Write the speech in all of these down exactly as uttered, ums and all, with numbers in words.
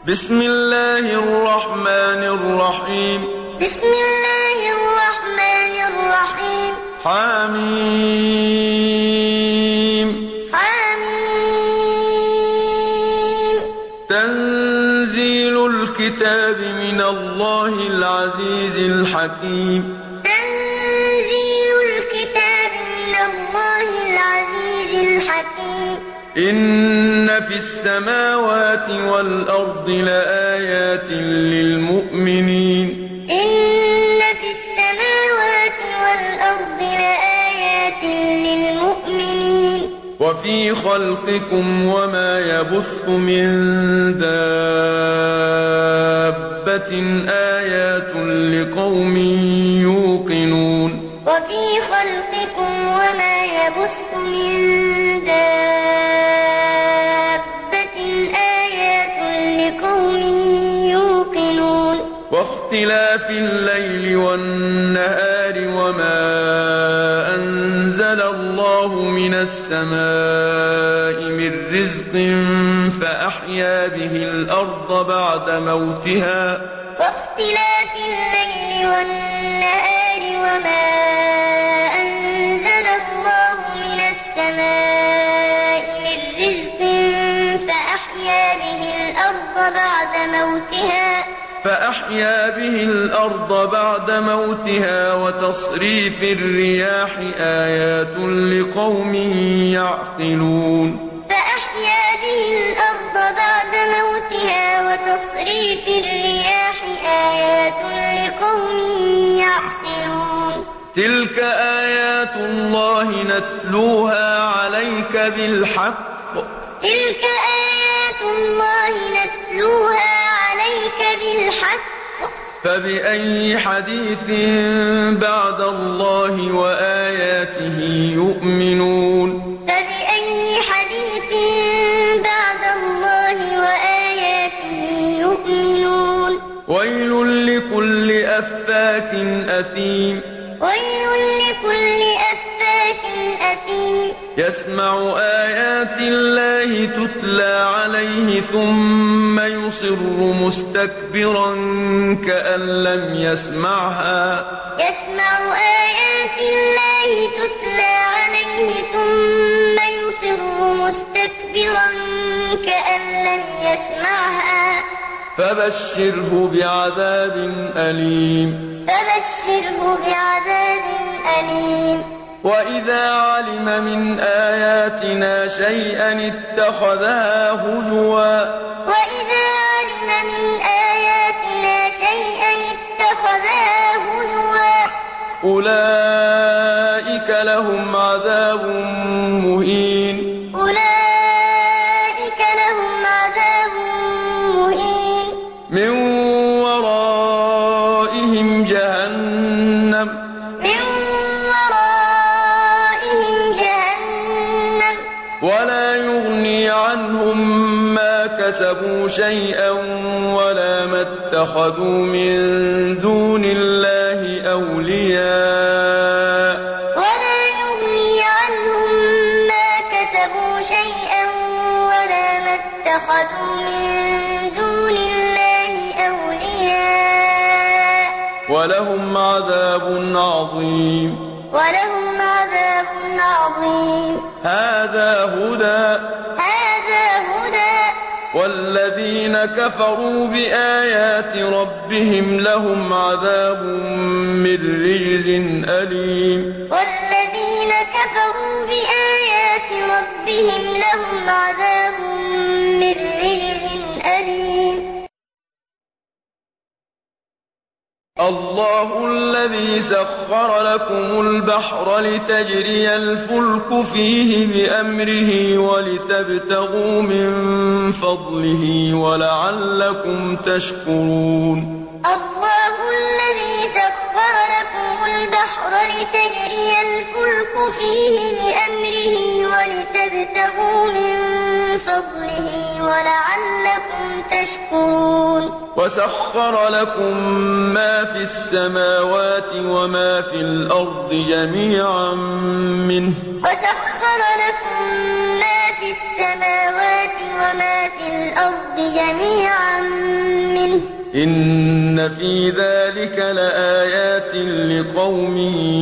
بسم الله الرحمن الرحيم بسم الله الرحمن الرحيم حميم حميم تنزيل الكتاب من الله العزيز الحكيم تنزيل الكتاب من الله العزيز الحكيم إن في السماوات والأرض لآيات للمؤمنين إن في السماوات والأرض لآيات للمؤمنين وفي خلقكم وما يبث من دابة آيات لقوم يوقنون وفي خلقكم وما يبث من دابة آيات لقوم يوقنون واختلاف الليل والنهار وما أنزل الله من السماء من رزق فأحيا به الأرض بعد موتها واختلاف الليل والنهار وما أنزل الله من السماء من رزق فأحيا به الأرض بعد موتها فأحيا به الأرض بعد موتها وتصريف الرياح آيات لقوم يعقلون فأحيا به الأرض بعد موتها وتصريف الرياح آيات لقوم يعقلون تلك آيات الله نتلوها عليك بالحق تلك آيات الله نتلوها عليك بالحق فبأي حديث بعد الله وآياته يؤمنون فبأي حديث بعد الله وآياته يؤمنون ويل لكل أفاك أثيم ويل لكل أفاك أثيم يسمع آيات الله تتلى عليه ثم يصر مستكبرا كأن لم يسمعها يسمع آيات الله تتلى عليه ثم يصر مستكبرا كأن لم يسمعها فبشره بعذاب أليم فبشره بعذاب أليم وإذا علم من آياتنا شيئا اتخذها هزوا وإذا علم من آياتنا شيئا اتخذها هزوا أولئك لهم عذاب مهين أولئك لهم عذاب مهين من ورائهم جهنم من ورائهم جهنم ولا يغني عنهم ما كسبوا شيئا ولا ما اتخذوا من دون الله أولياء ولا يغني عنهم ما كسبوا شيئا ولا ما اتخذوا من دون الله أولياء ولهم عذاب عظيم ولهم عذاب عظيم هذا هدى هذا هدى والذين كفروا بآيات ربهم لهم عذاب من رجز أليم والذين كفروا بآيات ربهم لهم عذاب من رجز أليم الله الذي سخر لكم البحر لتجري الفلك فيه بأمره ولتبتغوا من فضله ولعلكم تشكرون الله الذي سخر لكم البحر لتجري الفلك فيه بأمره ولتبتغوا من فضله ولعلكم تشكرون وسخر لكم ما في السماوات وما في الأرض جميعا منه وسخر لكم ما في السماوات وما في الأرض جميعا منه إن في ذلك لآيات لقوم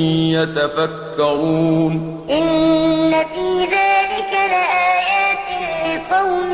يتفكرون إن في ذلك لآيات لقوم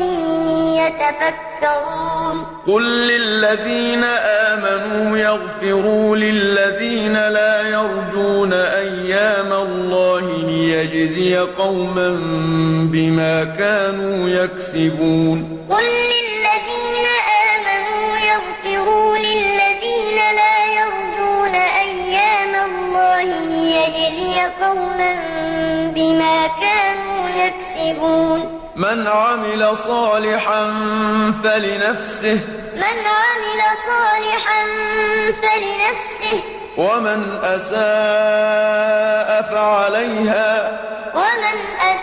يتفكرون قل للذين آمنوا يغفروا للذين لا يرجون أيام الله ليجزي قوما بما كانوا يكسبون قل للذين آمنوا يغفروا للذين لا يرجون أيام الله ليجزي قوما بما كانوا يكسبون من عمل صالحا فلنفسه من عمل صالحا فلنفسه ومن أساء فعليها ومن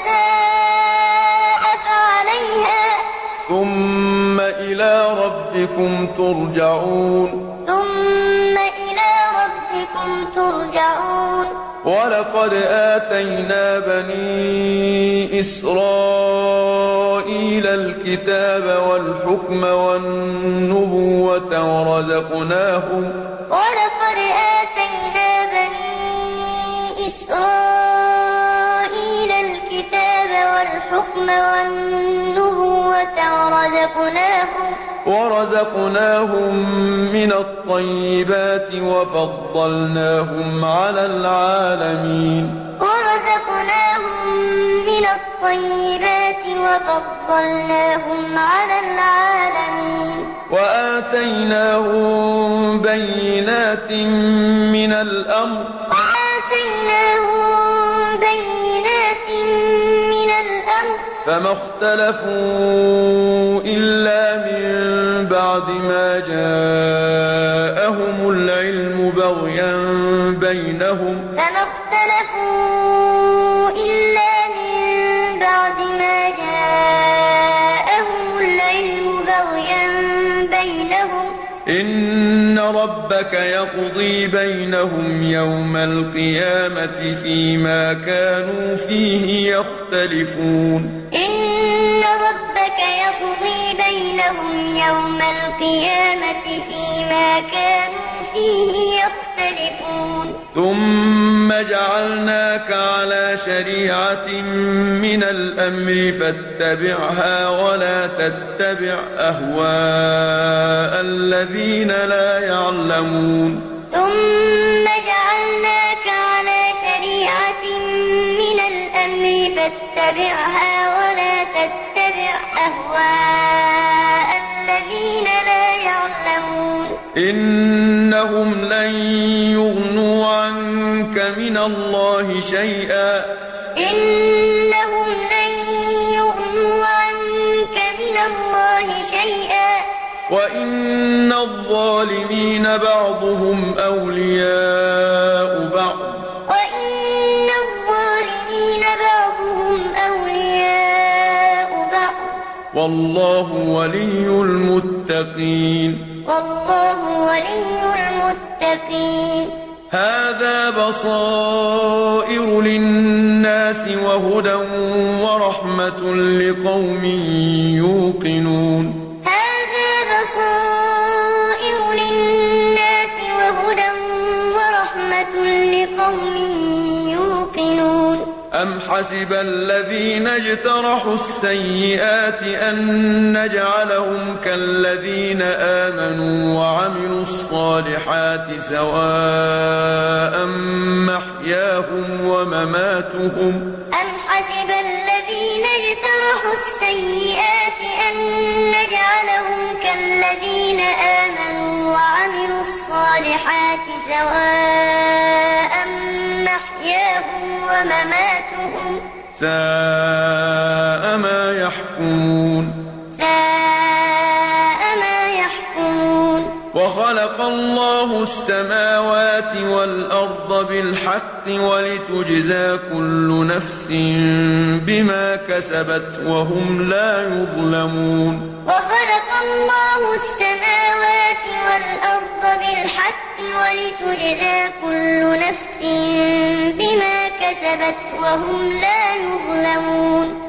أساء فعليها ثم إلى ربكم ترجعون ثم إلى ربكم ترجعون ولقد آتينا بني إسرائيل الكتاب والحكم والنبوة ورزقناهم ولقد آتينا بني إسرائيل الكتاب والحكم والنبوة ورزقناهم ورزقناهم من الطيبات وفضلناهم على العالمين ورزقناهم من الطيبات وفضلناهم على العالمين وآتيناهم بينات من الأمر وآتيناهم بينات من الأمر فما اختلفوا إلا من بعد ما جاءهم العلم بغيا بينهم فما اختلفوا إلا من بعد ما جاءهم العلم بغيا بينهم إن ربك يقضي بينهم يوم القيامة فيما كانوا فيه يختلفون إن ربك يقضي بينهم يوم القيامة فيما كانوا فيه يختلفون ثم جعلناك على شريعة من الأمر فاتبعها ولا تتبع أهواء الذين لا يعلمون ثم جعلناك على شريعة من الأمر فاتبعها ولا تتبع أهواء الذين لا يعلمون إنهم لن يغنوا عنك من الله شيئا إنهم لن يغنوا عنك من الله شيئا وإن الظالمين بعضهم أولياء بعض وإن الظالمين بعضهم أولياء بعض والله ولي المتقين والله ولي المتقين هذا بصائر للناس وهدى ورحمة لقوم يوقنون هذا بصائر للناس وهدى ورحمة لقوم يوقنون أم حسب الذين اجترحوا السيئات أن نجعلهم كالذين آمنوا وعملوا الصالحات سواء محياهم ومماتهم أم حسب الذين اجترحوا السيئات أن نجعلهم كالذين آمنوا وعملوا الصالحات سواء محياهم ومماتهم ساء ما يحكمون ساء ما يحكمون وخلق الله السماوات والأرض بالحق ولتجزى كل نفس بما كسبت وهم لا يظلمون وخلق الله السماوات والأرض بالحق ولتجزى كل نفس بما كسبت وهم لا يظلمون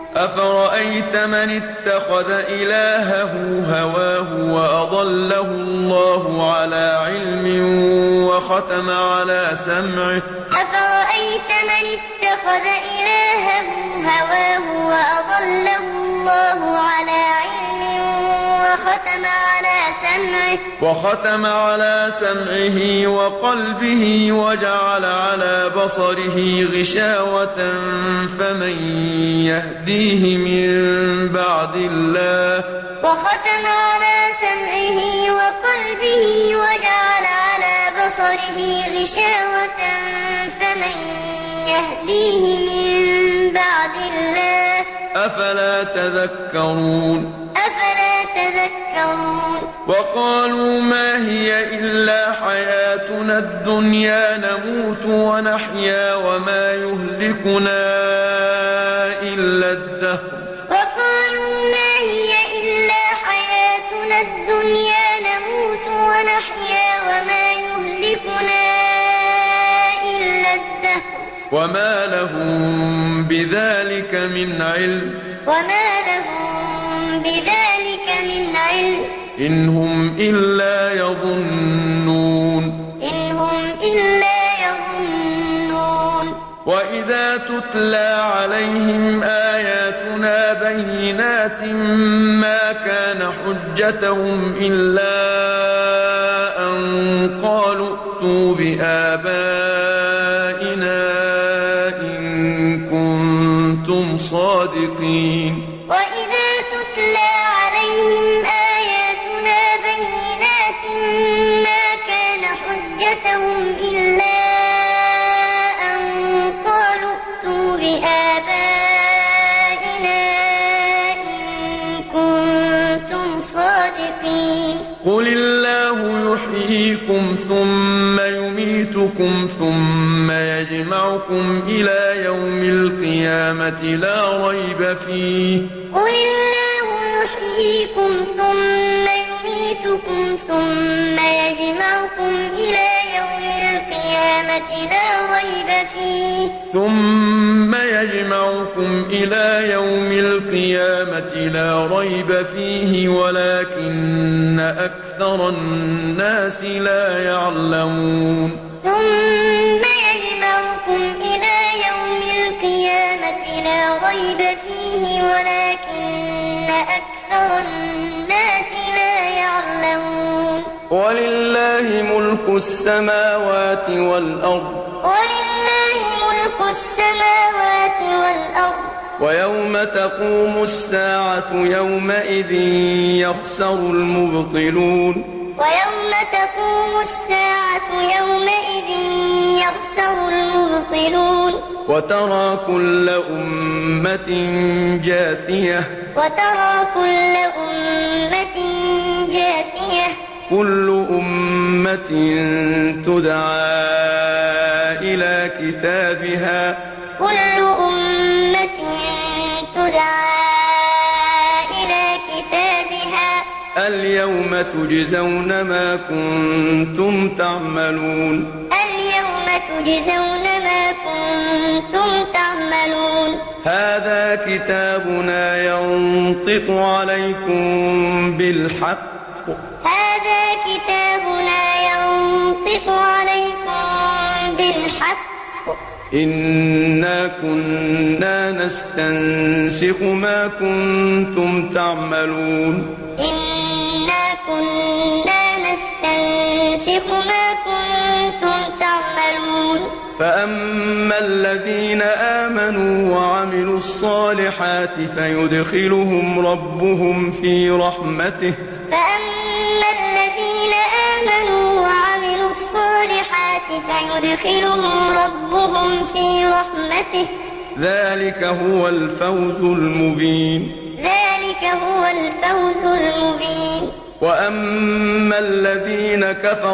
أفرأيت من اتخذ إلهه هواه وأضله الله على علم وختم على سمعه أفرأيت من اتخذ إلهه هواه وأضله الله على علم وختم على سمعه وختم على سمعه وقلبه وجعل على بصره غشاوة فمن يهديه من بعد الله وختم على سمعه وقلبه وجعل على بصره غشاوة فمن يهديه من بعد الله أفلا تذكرون أفلا تذكرون وقالوا ما هي إلا حياتنا الدنيا نموت ونحيا وما يهلكنا إلا الدهر وقالوا ما هي إلا حياتنا الدنيا نموت ونحيا وما يهلكنا إلا الدهر وما لهم بذلك من علم وما لهم بذلك من علم إن هم إلا يظنون إن هم إلا يظنون وإذا تتلى عليهم آياتنا بينات ما كان حجتهم إلا أن قالوا ائتوا بآبائنا إن كنتم صادقين وإذا تتلى عليهم آياتنا بينات ما كان حجتهم إلا أن قالوا ائتوا بآبائنا إن كنتم صادقين قل الله يحييكم ثم يميتكم ثم يجمعكم إلى يوم القيامة لا ريب فيه قل الله يحييكم ثم يميتكم ثم يجمعكم إلى يوم القيامة لا ريب فيه ثم يجمعكم إلى يوم القيامة لا ريب فيه ولكن أكثر الناس لا يعلمون ثم يجمعكم إلى يوم القيامة لا ريب فيه ولكن أكثر الناس لا يعلمون ولله ملك السماوات والأرض ولله ملك السماوات والأرض ويوم تقوم الساعة يومئذ يخسر المبطلون ويوم تقوم الساعة يومئذ يخسر المبطلون وترى كل أمة جاثية وترى كل أمة جاثية كل أمة تدعى إلى كتابها كل أمة تدعى إلى كتابها اليوم تجزون ما كنتم تعملون اليوم تجزون ما كنتم تعملون هذا كتابنا ينطق عليكم بالحق هذا كتابنا ينطق عليكم بالحق إنا كنا نستنسخ ما كنتم تعملون إنا كنا نستنسخ ما كنتم تعملون فأما الذين آمنوا وعملوا الصالحات فيدخلهم ربهم في رحمته فأما الذين آمنوا وعملوا الصالحات فيدخلهم ربهم في رحمته ذلك هو الفوز المبين ذلك هو الفوز المبين وأما الذين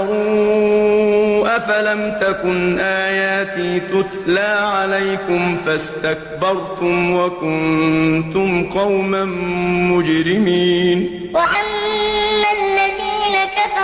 كفروا أفلم تكن آياتي تتلى عليكم فاستكبرتم وكنتم قوما مجرمين وأما الذين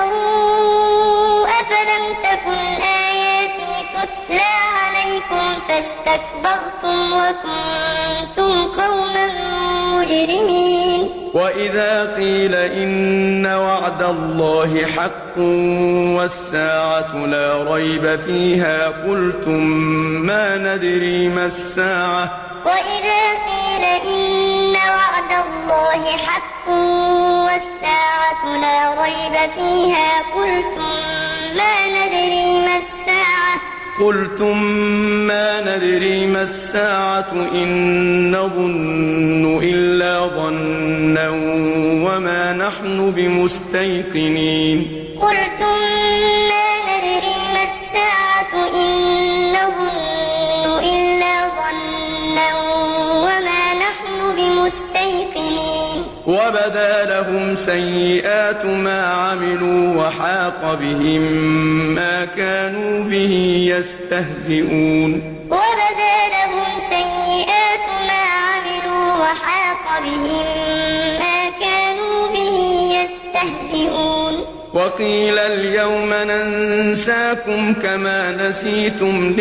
كفروا أفلم تكن آياتي تتلى عليكم فاستكبرتم وكنتم قوما مجرمين وإذا قيل إن وعد الله حق والساعة لا ريب فيها قلتم ما ندري ما الساعة وإذا قيل إن وعد الله حق والساعة لا ريب فيها قلتم ما ندري ما الساعة قلتم ما ندري ما الساعة إن نظن إلا ظنا وما نحن بمستيقنين قلتم ما ندري ما الساعة إن نظن إلا ظنا وما نحن بمستيقنين وبدا لهم سيئات ما عملوا وحاق بهم ما كانوا به يستهزئون وبدا لهم سيئات ما عملوا وحاق بهم ما كانوا به يستهزئون وقيل اليوم ننساكم كما نسيتم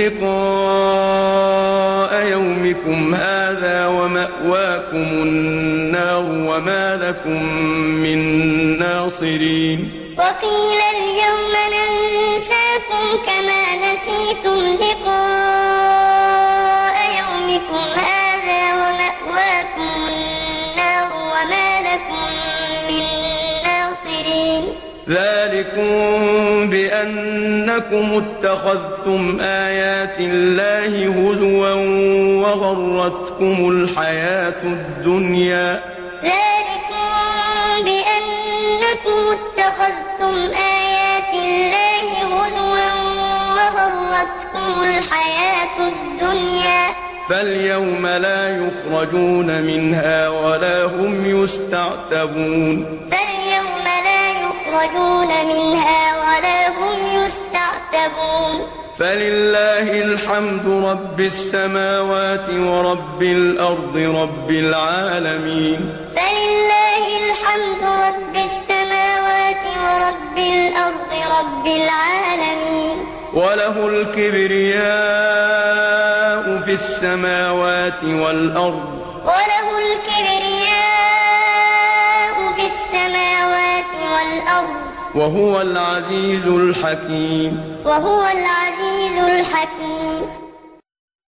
لقاء يومكم هذا ومأواكم النار وما لكم من ناصرين وقيل اليوم ننساكم كما نسيتم لقاء يومكم هذا ومأواكم النار وما لكم من ناصرين ذلكم بأنكم اتخذتم آيات الله هزوا وغرتكم الحياة الدنيا ذلكم بأنكم اتخذتم آيات الله هزوا وغرتكم الحياة الدنيا فاليوم لا يخرجون منها ولا هم يستعتبون فاليوم لا يخرجون منها ولا هم يستعتبون فلله الحمد رب السماوات ورب الأرض رب العالمين فلله الحمد رب السماوات ورب الأرض رب العالمين وله الكبرياء في السماوات والأرض وله الكبرياء في السماوات والأرض وهو العزيز الحكيم وهو العزيز الحكيم